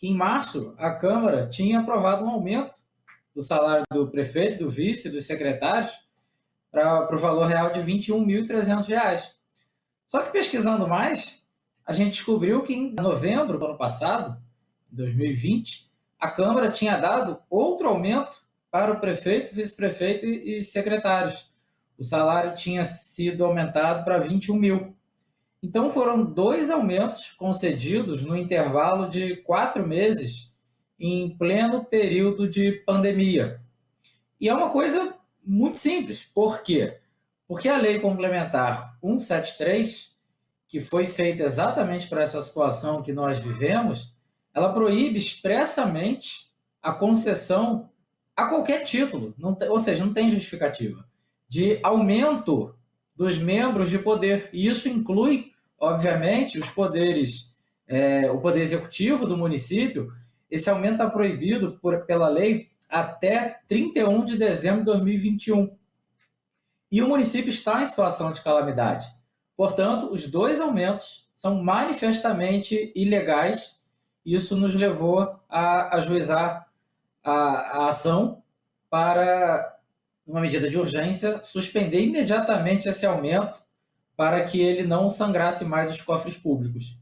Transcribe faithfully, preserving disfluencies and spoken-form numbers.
que em março a Câmara tinha aprovado um aumento do salário do prefeito, do vice, dos secretários, para o valor real de vinte e um mil e trezentos reais. Só que pesquisando mais, a gente descobriu que em novembro do ano passado, dois mil e vinte, a Câmara tinha dado outro aumento para o prefeito, vice-prefeito e secretários. O salário tinha sido aumentado para vinte e um mil. Então foram dois aumentos concedidos no intervalo de quatro meses em pleno período de pandemia. E é uma coisa muito simples. Por quê? Porque a Lei Complementar cento e setenta e três, que foi feita exatamente para essa situação que nós vivemos, ela proíbe expressamente a concessão a qualquer título, não tem, ou seja, não tem justificativa, de aumento dos membros de poder. E isso inclui, obviamente, os poderes, é, o poder executivo do município. Esse aumento está proibido por, pela lei até trinta e um de dezembro de dois mil e vinte e um. E o município está em situação de calamidade. Portanto, os dois aumentos são manifestamente ilegais. Isso nos levou a ajuizar a, a ação para, uma medida de urgência, suspender imediatamente esse aumento para que ele não sangrasse mais os cofres públicos.